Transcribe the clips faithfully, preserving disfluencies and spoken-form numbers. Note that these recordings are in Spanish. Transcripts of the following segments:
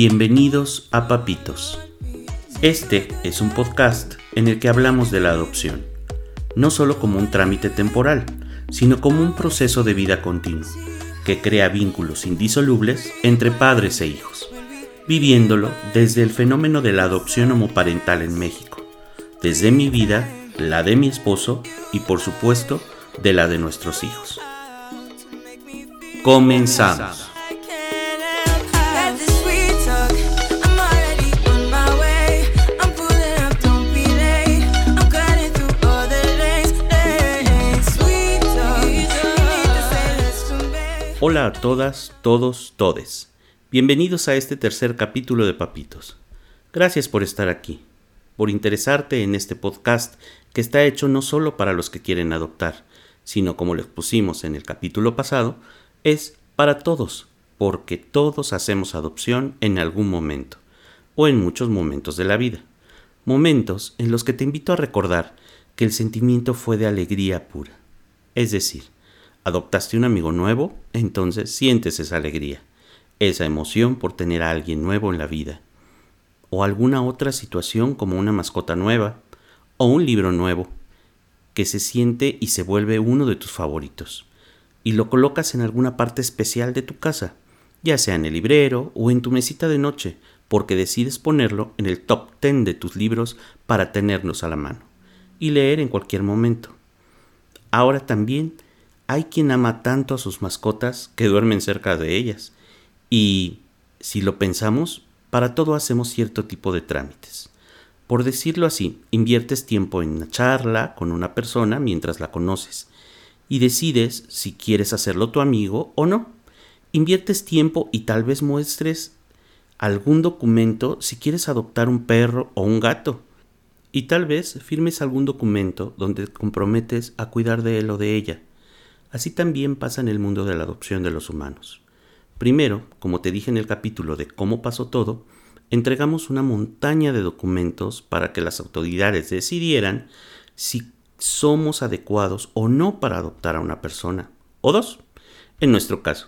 Bienvenidos a Papitos. Este es un podcast en el que hablamos de la adopción, no solo como un trámite temporal, sino como un proceso de vida continuo, que crea vínculos indisolubles entre padres e hijos, viviéndolo desde el fenómeno de la adopción homoparental en México, desde mi vida, la de mi esposo y por supuesto, de la de nuestros hijos. Comenzamos. Hola a todas, todos, todes. Bienvenidos a este tercer capítulo de Papitos. Gracias por estar aquí, por interesarte en este podcast que está hecho no solo para los que quieren adoptar, sino como lo expusimos en el capítulo pasado, es para todos, porque todos hacemos adopción en algún momento, o en muchos momentos de la vida. Momentos en los que te invito a recordar que el sentimiento fue de alegría pura. Es decir, adoptaste un amigo nuevo, entonces sientes esa alegría, esa emoción por tener a alguien nuevo en la vida, o alguna otra situación como una mascota nueva, o un libro nuevo, que se siente y se vuelve uno de tus favoritos, y lo colocas en alguna parte especial de tu casa, ya sea en el librero o en tu mesita de noche, porque decides ponerlo en el top ten de tus libros para tenerlos a la mano, y leer en cualquier momento. Ahora también hay quien ama tanto a sus mascotas que duermen cerca de ellas, y, si lo pensamos, para todo hacemos cierto tipo de trámites. Por decirlo así, inviertes tiempo en una charla con una persona mientras la conoces, y decides si quieres hacerlo tu amigo o no. Inviertes tiempo y tal vez muestres algún documento si quieres adoptar un perro o un gato, y tal vez firmes algún documento donde te comprometes a cuidar de él o de ella. Así también pasa en el mundo de la adopción de los humanos. Primero, como te dije en el capítulo de cómo pasó todo, entregamos una montaña de documentos para que las autoridades decidieran si somos adecuados o no para adoptar a una persona, o dos, en nuestro caso.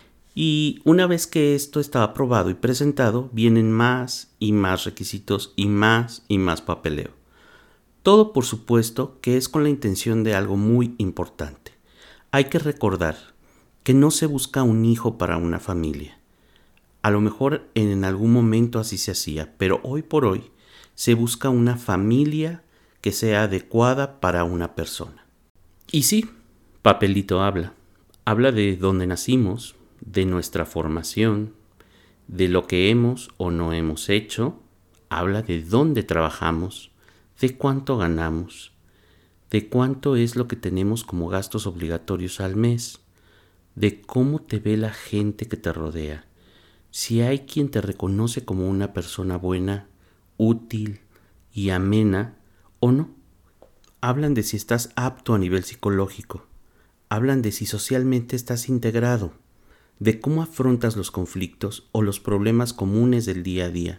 Y una vez que esto está aprobado y presentado, vienen más y más requisitos y más y más papeleo. Todo, por supuesto, que es con la intención de algo muy importante. Hay que recordar que no se busca un hijo para una familia. A lo mejor en algún momento así se hacía, pero hoy por hoy se busca una familia que sea adecuada para una persona. Y sí, papelito habla. Habla de dónde nacimos, de nuestra formación, de lo que hemos o no hemos hecho. Habla de dónde trabajamos, de cuánto ganamos, de cuánto es lo que tenemos como gastos obligatorios al mes, de cómo te ve la gente que te rodea, si hay quien te reconoce como una persona buena, útil y amena o no. Hablan de si estás apto a nivel psicológico, hablan de si socialmente estás integrado, de cómo afrontas los conflictos o los problemas comunes del día a día.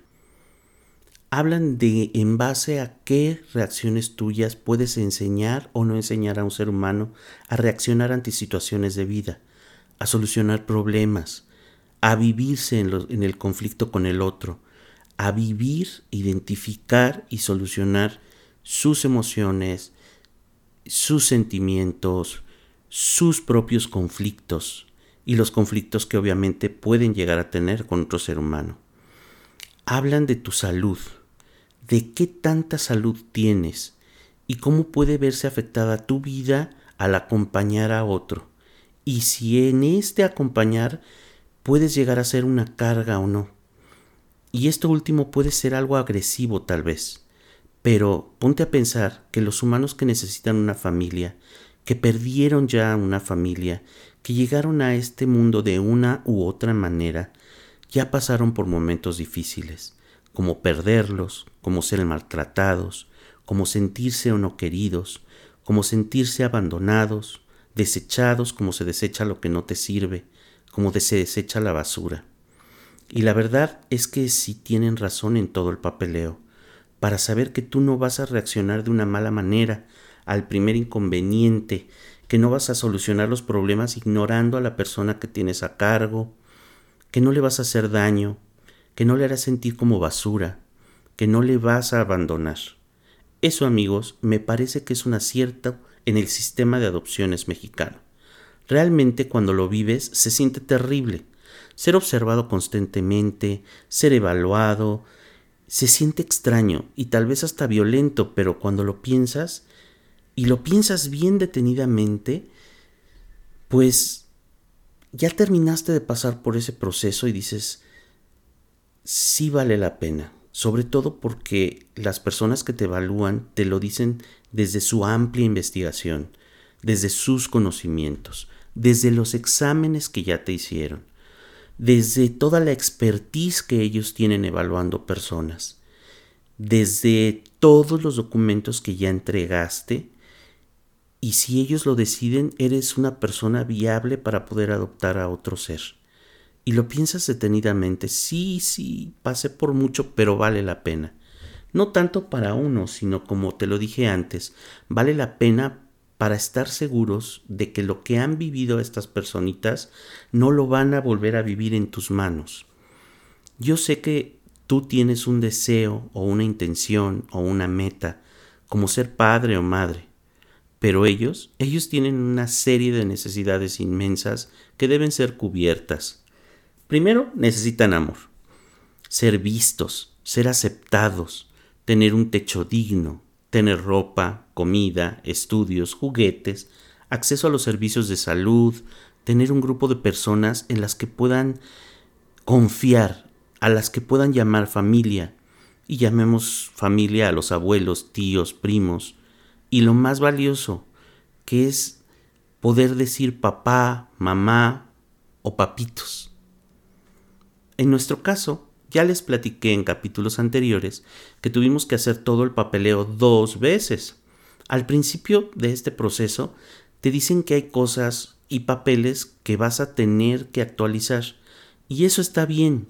Hablan de en base a qué reacciones tuyas puedes enseñar o no enseñar a un ser humano a reaccionar ante situaciones de vida, a solucionar problemas, a vivirse en, lo, en el conflicto con el otro, a vivir, identificar y solucionar sus emociones, sus sentimientos, sus propios conflictos y los conflictos que obviamente pueden llegar a tener con otro ser humano. Hablan de tu salud, de qué tanta salud tienes y cómo puede verse afectada tu vida al acompañar a otro. Y si en este acompañar puedes llegar a ser una carga o no. Y esto último puede ser algo agresivo tal vez. Pero ponte a pensar que los humanos que necesitan una familia, que perdieron ya una familia, que llegaron a este mundo de una u otra manera, ya pasaron por momentos difíciles, como perderlos, como ser maltratados, como sentirse o no queridos, como sentirse abandonados, desechados como se desecha lo que no te sirve, como se desecha la basura. Y la verdad es que sí tienen razón en todo el papeleo, para saber que tú no vas a reaccionar de una mala manera al primer inconveniente, que no vas a solucionar los problemas ignorando a la persona que tienes a cargo, que no le vas a hacer daño, que no le harás sentir como basura, que no le vas a abandonar. Eso, amigos, me parece que es un acierto en el sistema de adopciones mexicano. Realmente cuando lo vives se siente terrible. Ser observado constantemente, ser evaluado, se siente extraño y tal vez hasta violento, pero cuando lo piensas, y lo piensas bien detenidamente, pues ya terminaste de pasar por ese proceso y dices, sí vale la pena. Sobre todo porque las personas que te evalúan te lo dicen desde su amplia investigación, desde sus conocimientos, desde los exámenes que ya te hicieron, desde toda la expertise que ellos tienen evaluando personas, desde todos los documentos que ya entregaste, y si ellos lo deciden, eres una persona viable para poder adoptar a otro ser. Y lo piensas detenidamente, sí, sí, pasé por mucho, pero vale la pena. No tanto para uno, sino como te lo dije antes, vale la pena para estar seguros de que lo que han vivido estas personitas no lo van a volver a vivir en tus manos. Yo sé que tú tienes un deseo o una intención o una meta, como ser padre o madre, pero ellos, ellos tienen una serie de necesidades inmensas que deben ser cubiertas. Primero, necesitan amor, ser vistos, ser aceptados, tener un techo digno, tener ropa, comida, estudios, juguetes, acceso a los servicios de salud, tener un grupo de personas en las que puedan confiar, a las que puedan llamar familia, y llamemos familia a los abuelos, tíos, primos, y lo más valioso, que es poder decir papá, mamá o papitos. En nuestro caso, ya les platiqué en capítulos anteriores que tuvimos que hacer todo el papeleo dos veces. Al principio de este proceso te dicen que hay cosas y papeles que vas a tener que actualizar, y eso está bien,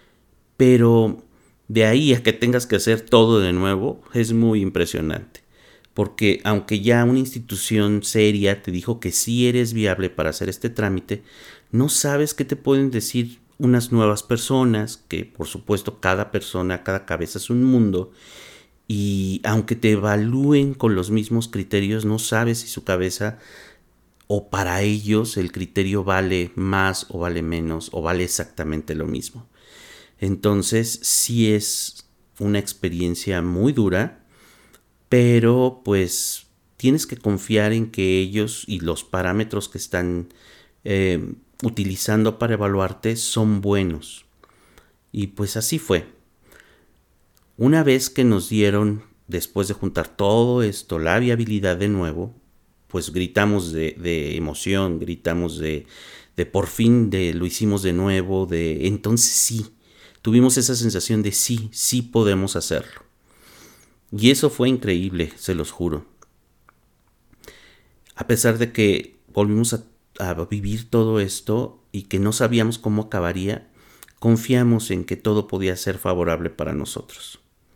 pero de ahí a que tengas que hacer todo de nuevo es muy impresionante, porque aunque ya una institución seria te dijo que sí eres viable para hacer este trámite, no sabes qué te pueden decir unas nuevas personas, que por supuesto cada persona, cada cabeza es un mundo, y aunque te evalúen con los mismos criterios, no sabes si su cabeza o para ellos el criterio vale más o vale menos o vale exactamente lo mismo. Entonces sí es una experiencia muy dura, pero pues tienes que confiar en que ellos y los parámetros que están eh, utilizando para evaluarte son buenos. Y pues así fue. Una vez que nos dieron, después de juntar todo esto, la viabilidad de nuevo, pues gritamos de, de emoción, gritamos de, de por fin, de lo hicimos de nuevo, de entonces sí, tuvimos esa sensación de sí, sí podemos hacerlo. Y eso fue increíble, se los juro. A pesar de que volvimos a a vivir todo esto y que no sabíamos cómo acabaría, confiamos en que todo podía ser favorable para nosotros.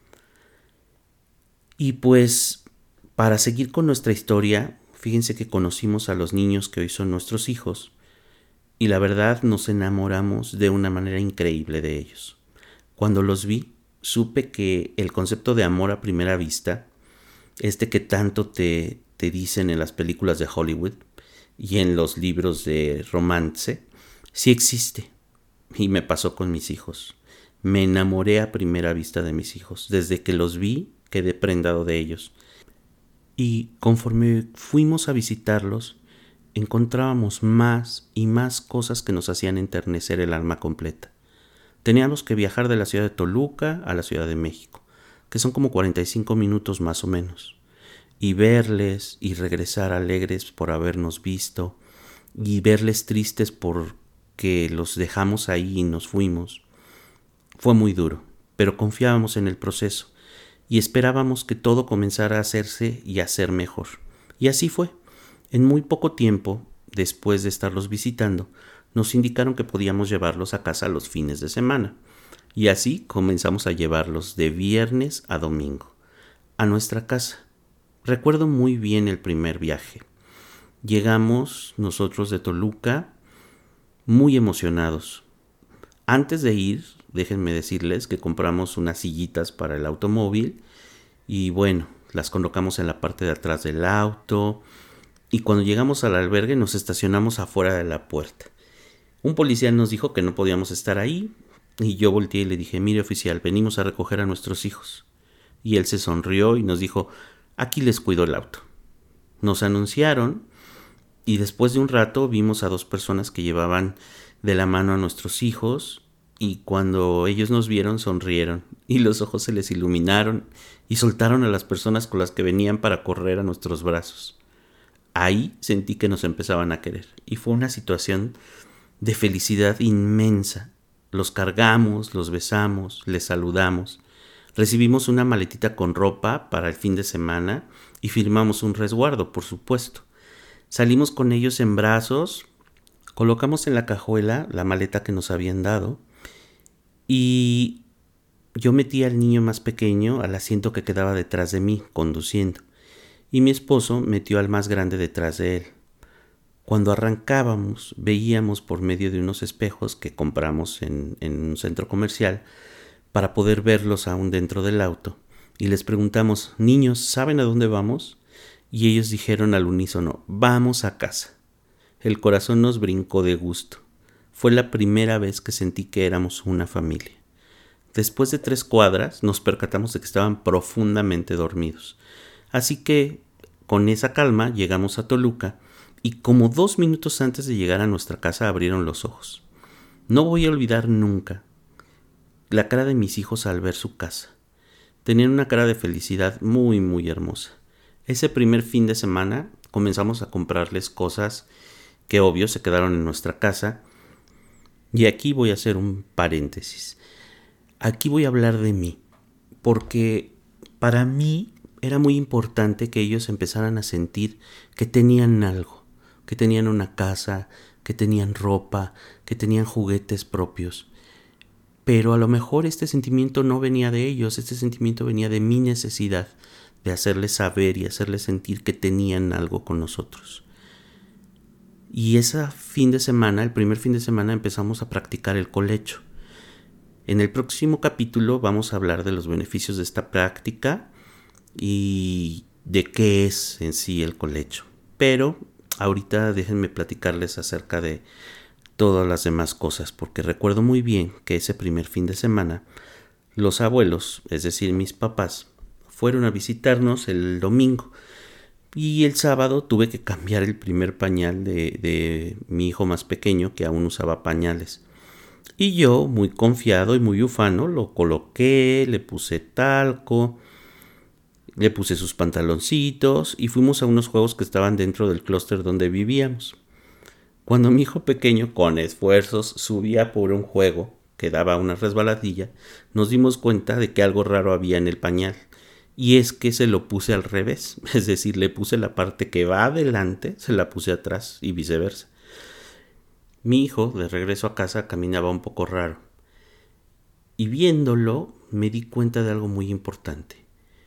Y pues, para seguir con nuestra historia, fíjense que conocimos a los niños que hoy son nuestros hijos, y la verdad nos enamoramos de una manera increíble de ellos. Cuando los vi, supe que el concepto de amor a primera vista, este que tanto te, te dicen en las películas de Hollywood, y en los libros de romance, sí existe. Y me pasó con mis hijos. Me enamoré a primera vista de mis hijos. Desde que los vi, quedé prendado de ellos. Y conforme fuimos a visitarlos, encontrábamos más y más cosas que nos hacían enternecer el alma completa. Teníamos que viajar de la ciudad de Toluca a la Ciudad de México, que son como cuarenta y cinco minutos más o menos. Y verles y regresar alegres por habernos visto, y verles tristes porque los dejamos ahí y nos fuimos. Fue muy duro, pero confiábamos en el proceso y esperábamos que todo comenzara a hacerse y a ser mejor. Y así fue. En muy poco tiempo, después de estarlos visitando, nos indicaron que podíamos llevarlos a casa los fines de semana. Y así comenzamos a llevarlos de viernes a domingo a nuestra casa. Recuerdo muy bien el primer viaje. Llegamos nosotros de Toluca muy emocionados. Antes de ir, déjenme decirles que compramos unas sillitas para el automóvil y bueno, las colocamos en la parte de atrás del auto y cuando llegamos al albergue nos estacionamos afuera de la puerta. Un policía nos dijo que no podíamos estar ahí y yo volteé y le dije, mire oficial, venimos a recoger a nuestros hijos. Y él se sonrió y nos dijo, aquí les cuido el auto. Nos anunciaron y después de un rato vimos a dos personas que llevaban de la mano a nuestros hijos y cuando ellos nos vieron sonrieron y los ojos se les iluminaron y soltaron a las personas con las que venían para correr a nuestros brazos. Ahí sentí que nos empezaban a querer y fue una situación de felicidad inmensa. Los cargamos, los besamos, les saludamos. Recibimos una maletita con ropa para el fin de semana y firmamos un resguardo, por supuesto. Salimos con ellos en brazos, colocamos en la cajuela la maleta que nos habían dado y yo metí al niño más pequeño al asiento que quedaba detrás de mí, conduciendo, y mi esposo metió al más grande detrás de él. Cuando arrancábamos, veíamos por medio de unos espejos que compramos en, en un centro comercial para poder verlos aún dentro del auto. Y les preguntamos, niños, ¿saben a dónde vamos? Y ellos dijeron al unísono, vamos a casa. El corazón nos brincó de gusto. Fue la primera vez que sentí que éramos una familia. Después de tres cuadras nos percatamos de que estaban profundamente dormidos. Así que, con esa calma, llegamos a Toluca y como dos minutos antes de llegar a nuestra casa abrieron los ojos. No voy a olvidar nunca la cara de mis hijos al ver su casa. Tenían una cara de felicidad muy, muy hermosa. Ese primer fin de semana comenzamos a comprarles cosas que obvio se quedaron en nuestra casa. Y aquí voy a hacer un paréntesis. Aquí voy a hablar de mí, porque para mí era muy importante que ellos empezaran a sentir que tenían algo, que tenían una casa, que tenían ropa, que tenían juguetes propios. Pero a lo mejor este sentimiento no venía de ellos, este sentimiento venía de mi necesidad de hacerles saber y hacerles sentir que tenían algo con nosotros. Y ese fin de semana, el primer fin de semana, empezamos a practicar el colecho. En el próximo capítulo vamos a hablar de los beneficios de esta práctica y de qué es en sí el colecho. Pero ahorita déjenme platicarles acerca de todas las demás cosas, porque recuerdo muy bien que ese primer fin de semana los abuelos, es decir, mis papás, fueron a visitarnos el domingo y el sábado tuve que cambiar el primer pañal de, de mi hijo más pequeño que aún usaba pañales. Y yo, muy confiado y muy ufano, lo coloqué, le puse talco, le puse sus pantaloncitos y fuimos a unos juegos que estaban dentro del clúster donde vivíamos. Cuando mi hijo pequeño, con esfuerzos, subía por un juego que daba una resbaladilla, nos dimos cuenta de que algo raro había en el pañal. Y es que se lo puse al revés, es decir, le puse la parte que va adelante, se la puse atrás y viceversa. Mi hijo, de regreso a casa, caminaba un poco raro. Y viéndolo, me di cuenta de algo muy importante.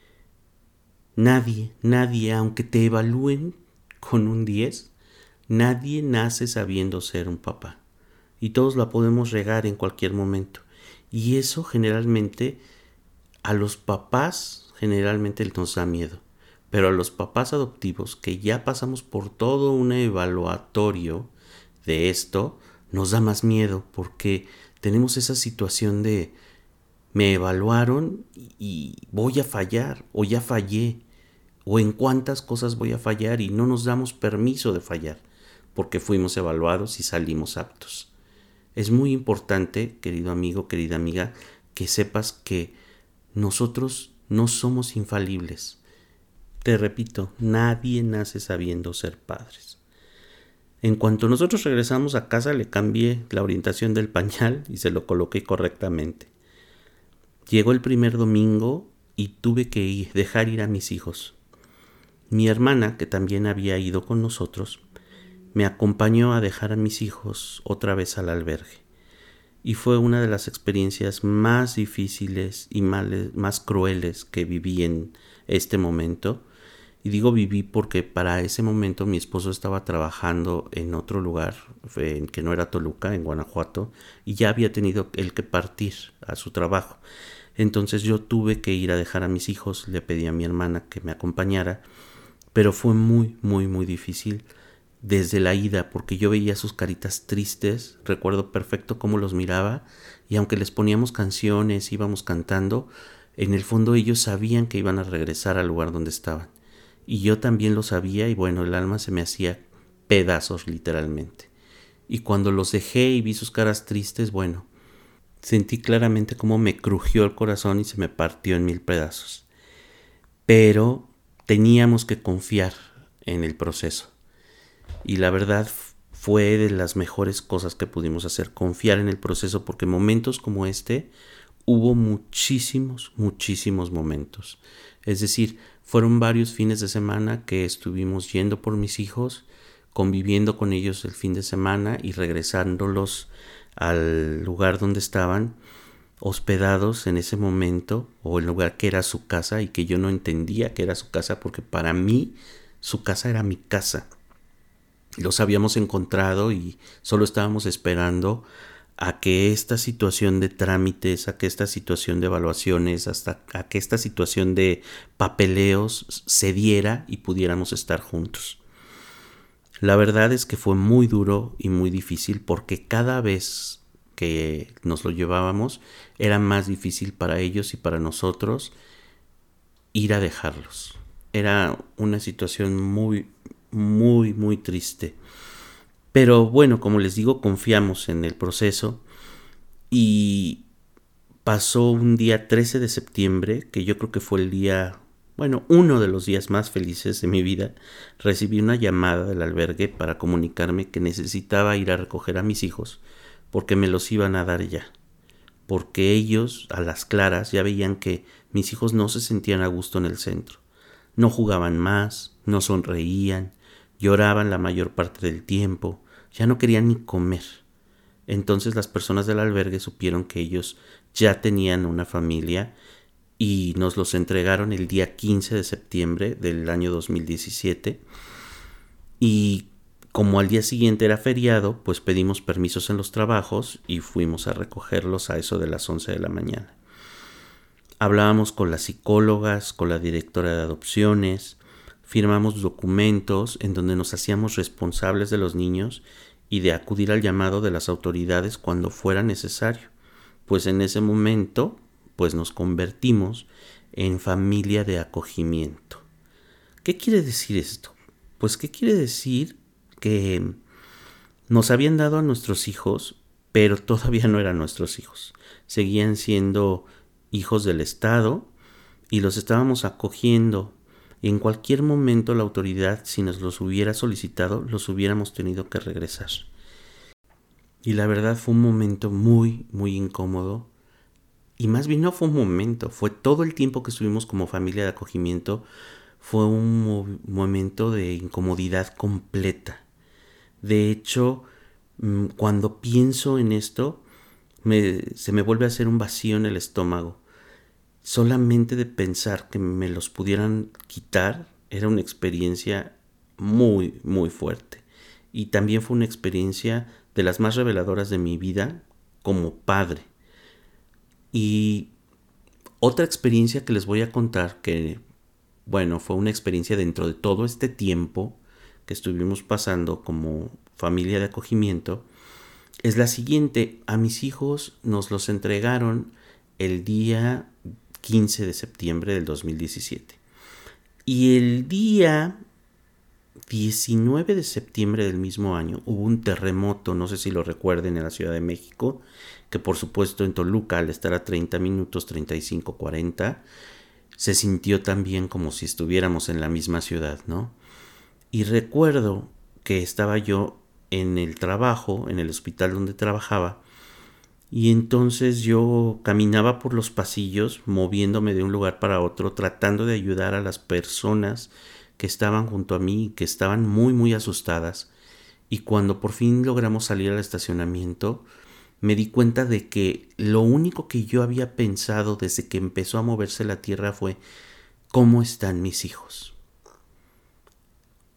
Nadie, nadie, aunque te evalúen con un diez, nadie nace sabiendo ser un papá. Y todos la podemos regar en cualquier momento. Y eso generalmente a los papás generalmente nos da miedo. Pero a los papás adoptivos que ya pasamos por todo un evaluatorio de esto, nos da más miedo porque tenemos esa situación de me evaluaron y voy a fallar o ya fallé o en cuántas cosas voy a fallar y no nos damos permiso de fallar porque fuimos evaluados y salimos aptos. Es muy importante, querido amigo, querida amiga, que sepas que nosotros no somos infalibles. Te repito, nadie nace sabiendo ser padres. En cuanto nosotros regresamos a casa, le cambié la orientación del pañal y se lo coloqué correctamente. Llegó el primer domingo y tuve que ir, dejar ir a mis hijos. Mi hermana, que también había ido con nosotros, me acompañó a dejar a mis hijos otra vez al albergue. Y fue una de las experiencias más difíciles y más, más crueles que viví en este momento. Y digo viví porque para ese momento mi esposo estaba trabajando en otro lugar, en que no era Toluca, en Guanajuato, y ya había tenido él que partir a su trabajo. Entonces yo tuve que ir a dejar a mis hijos, le pedí a mi hermana que me acompañara, pero fue muy, muy, muy difícil desde la ida, porque yo veía sus caritas tristes, recuerdo perfecto cómo los miraba, y aunque les poníamos canciones, íbamos cantando, en el fondo ellos sabían que iban a regresar al lugar donde estaban. Y yo también lo sabía y bueno, el alma se me hacía pedazos literalmente. Y cuando los dejé y vi sus caras tristes, bueno, sentí claramente cómo me crujió el corazón y se me partió en mil pedazos. Pero teníamos que confiar en el proceso. Y la verdad fue de las mejores cosas que pudimos hacer, confiar en el proceso, porque momentos como este hubo muchísimos, muchísimos momentos. Es decir, fueron varios fines de semana que estuvimos yendo por mis hijos, conviviendo con ellos el fin de semana y regresándolos al lugar donde estaban hospedados en ese momento, o el lugar que era su casa y que yo no entendía que era su casa, porque para mí su casa era mi casa. Los habíamos encontrado y solo estábamos esperando a que esta situación de trámites, a que esta situación de evaluaciones, hasta a que esta situación de papeleos se diera y pudiéramos estar juntos. La verdad es que fue muy duro y muy difícil, porque cada vez que nos lo llevábamos era más difícil para ellos y para nosotros ir a dejarlos. Era una situación muy, muy, muy triste. Pero bueno, como les digo, confiamos en el proceso y pasó un día trece de septiembre, que yo creo que fue el día, bueno, uno de los días más felices de mi vida. Recibí una llamada del albergue para comunicarme que necesitaba ir a recoger a mis hijos porque me los iban a dar ya. Porque ellos, a las claras, ya veían que mis hijos no se sentían a gusto en el centro. No jugaban más, no sonreían, lloraban la mayor parte del tiempo, ya no querían ni comer. Entonces las personas del albergue supieron que ellos ya tenían una familia y nos los entregaron el día quince de septiembre del año dos mil diecisiete. Y como al día siguiente era feriado, pues pedimos permisos en los trabajos y fuimos a recogerlos a eso de las once de la mañana. Hablábamos con las psicólogas, con la directora de adopciones, firmamos documentos en donde nos hacíamos responsables de los niños y de acudir al llamado de las autoridades cuando fuera necesario, pues en ese momento pues nos convertimos en familia de acogimiento. ¿Qué quiere decir esto? Pues qué quiere decir que nos habían dado a nuestros hijos, pero todavía no eran nuestros hijos. Seguían siendo hijos del Estado y los estábamos acogiendo. Y en cualquier momento la autoridad, si nos los hubiera solicitado, los hubiéramos tenido que regresar. Y la verdad fue un momento muy, muy incómodo. Y más bien no fue un momento, fue todo el tiempo que estuvimos como familia de acogimiento. Fue un mo- momento de incomodidad completa. De hecho, cuando pienso en esto, me, se me vuelve a hacer un vacío en el estómago. Solamente de pensar que me los pudieran quitar era una experiencia muy, muy fuerte. Y también fue una experiencia de las más reveladoras de mi vida como padre. Y otra experiencia que les voy a contar, que bueno, fue una experiencia dentro de todo este tiempo que estuvimos pasando como familia de acogimiento, es la siguiente. A mis hijos nos los entregaron el día quince de septiembre del dos mil diecisiete. Y el día diecinueve de septiembre del mismo año hubo un terremoto, no sé si lo recuerden, en la Ciudad de México, que por supuesto en Toluca, al estar a treinta minutos, treinta y cinco, cuarenta, se sintió también como si estuviéramos en la misma ciudad, ¿no? Y recuerdo que estaba yo en el trabajo, en el hospital donde trabajaba, y entonces yo caminaba por los pasillos, moviéndome de un lugar para otro, tratando de ayudar a las personas que estaban junto a mí, que estaban muy muy asustadas. Y cuando por fin logramos salir al estacionamiento, me di cuenta de que lo único que yo había pensado desde que empezó a moverse la tierra fue: ¿cómo están mis hijos?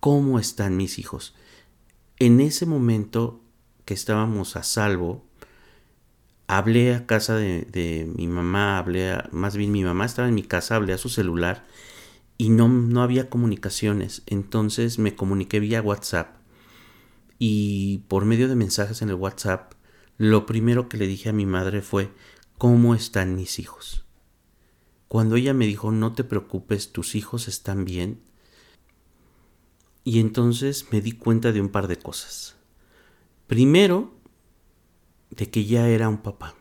¿cómo están mis hijos? En ese momento que estábamos a salvo, hablé a casa de, de mi mamá, hablé a, más bien mi mamá estaba en mi casa, hablé a su celular y no, no había comunicaciones. Entonces me comuniqué vía WhatsApp y por medio de mensajes en el WhatsApp, lo primero que le dije a mi madre fue: ¿cómo están mis hijos? Cuando ella me dijo: no te preocupes, tus hijos están bien. Y entonces me di cuenta de un par de cosas. Primero, de que ya era un papá.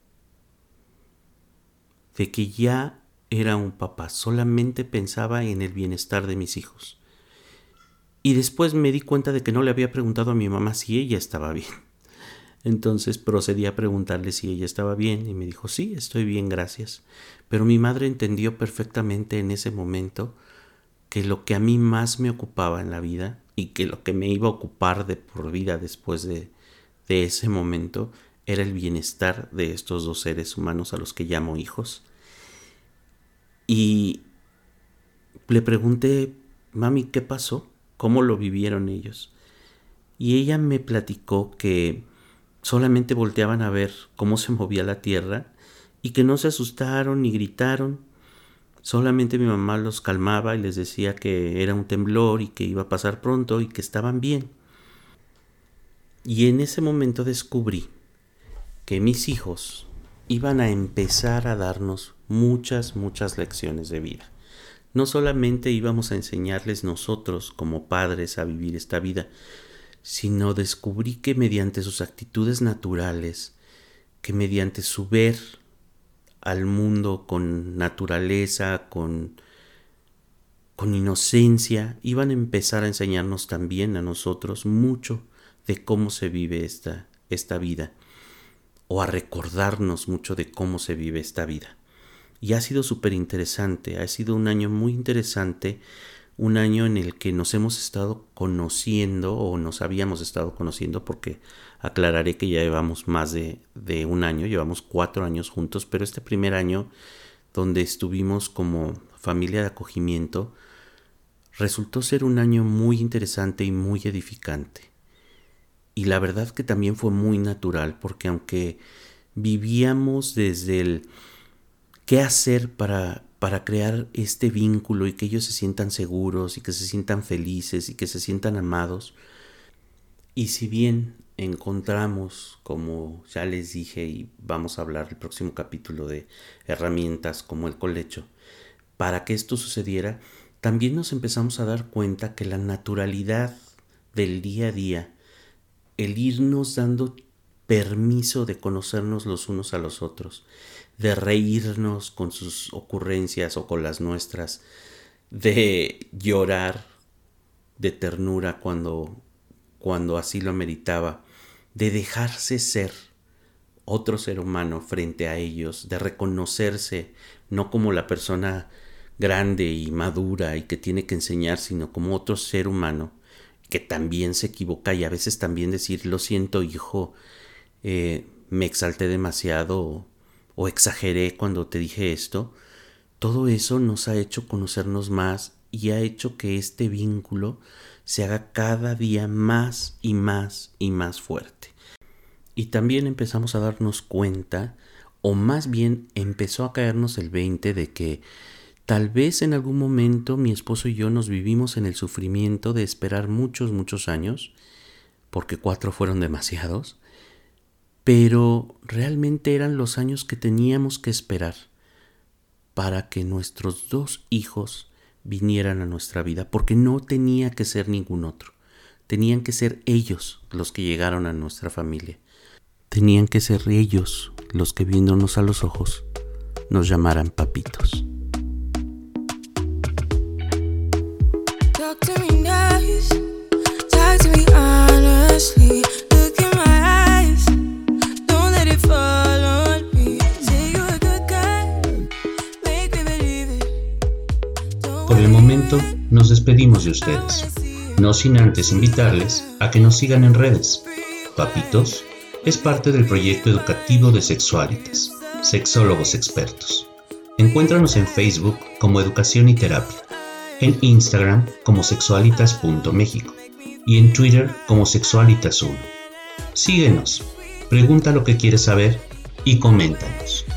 De que ya era un papá. Solamente pensaba en el bienestar de mis hijos. Y después me di cuenta de que no le había preguntado a mi mamá si ella estaba bien. Entonces procedí a preguntarle si ella estaba bien y me dijo: sí, estoy bien, gracias. Pero mi madre entendió perfectamente en ese momento que lo que a mí más me ocupaba en la vida y que lo que me iba a ocupar de por vida después de, de ese momento era el bienestar de estos dos seres humanos a los que llamo hijos. Y le pregunté: mami, ¿qué pasó? ¿Cómo lo vivieron ellos? Y ella me platicó que solamente volteaban a ver cómo se movía la tierra y que no se asustaron ni gritaron. Solamente mi mamá los calmaba y les decía que era un temblor y que iba a pasar pronto y que estaban bien. Y en ese momento descubrí que mis hijos iban a empezar a darnos muchas, muchas lecciones de vida. No solamente íbamos a enseñarles nosotros como padres a vivir esta vida, sino descubrí que mediante sus actitudes naturales, que mediante su ver al mundo con naturaleza, con, con inocencia, iban a empezar a enseñarnos también a nosotros mucho de cómo se vive esta, esta vida, o a recordarnos mucho de cómo se vive esta vida. Y ha sido súper interesante, ha sido un año muy interesante, un año en el que nos hemos estado conociendo o nos habíamos estado conociendo, porque aclararé que ya llevamos más de, de un año, llevamos cuatro años juntos, pero este primer año donde estuvimos como familia de acogimiento resultó ser un año muy interesante y muy edificante. Y la verdad que también fue muy natural, porque aunque vivíamos desde el qué hacer para, para crear este vínculo y que ellos se sientan seguros y que se sientan felices y que se sientan amados. Y si bien encontramos, como ya les dije, y vamos a hablar el próximo capítulo de herramientas como el colecho, para que esto sucediera, también nos empezamos a dar cuenta que la naturalidad del día a día, el irnos dando permiso de conocernos los unos a los otros, de reírnos con sus ocurrencias o con las nuestras, de llorar de ternura cuando, cuando así lo ameritaba, de dejarse ser otro ser humano frente a ellos, de reconocerse no como la persona grande y madura y que tiene que enseñar, sino como otro ser humano que también se equivoca, y a veces también decir: lo siento, hijo, eh, me exalté demasiado o, o exageré cuando te dije esto. Todo eso nos ha hecho conocernos más y ha hecho que este vínculo se haga cada día más y más y más fuerte. Y también empezamos a darnos cuenta, o más bien empezó a caernos el veinte de que tal vez en algún momento mi esposo y yo nos vivimos en el sufrimiento de esperar muchos, muchos años, porque cuatro fueron demasiados, pero realmente eran los años que teníamos que esperar para que nuestros dos hijos vinieran a nuestra vida, porque no tenía que ser ningún otro. Tenían que ser ellos los que llegaron a nuestra familia. Tenían que ser ellos los que, viéndonos a los ojos, nos llamaran papitos. Talk to me nice, talk to me honestly. Look in my eyes, don't let it fall on me. Say you're a good guy, make me believe it. Por el momento, nos despedimos de ustedes, no sin antes invitarles a que nos sigan en redes. Papitos es parte del proyecto educativo de Sexualitas, Sexólogos Expertos. Encuéntranos en Facebook como Educación y Terapia, en Instagram como sexualitas punto méxico y en Twitter como sexualitas uno. Síguenos, pregunta lo que quieres saber y coméntanos.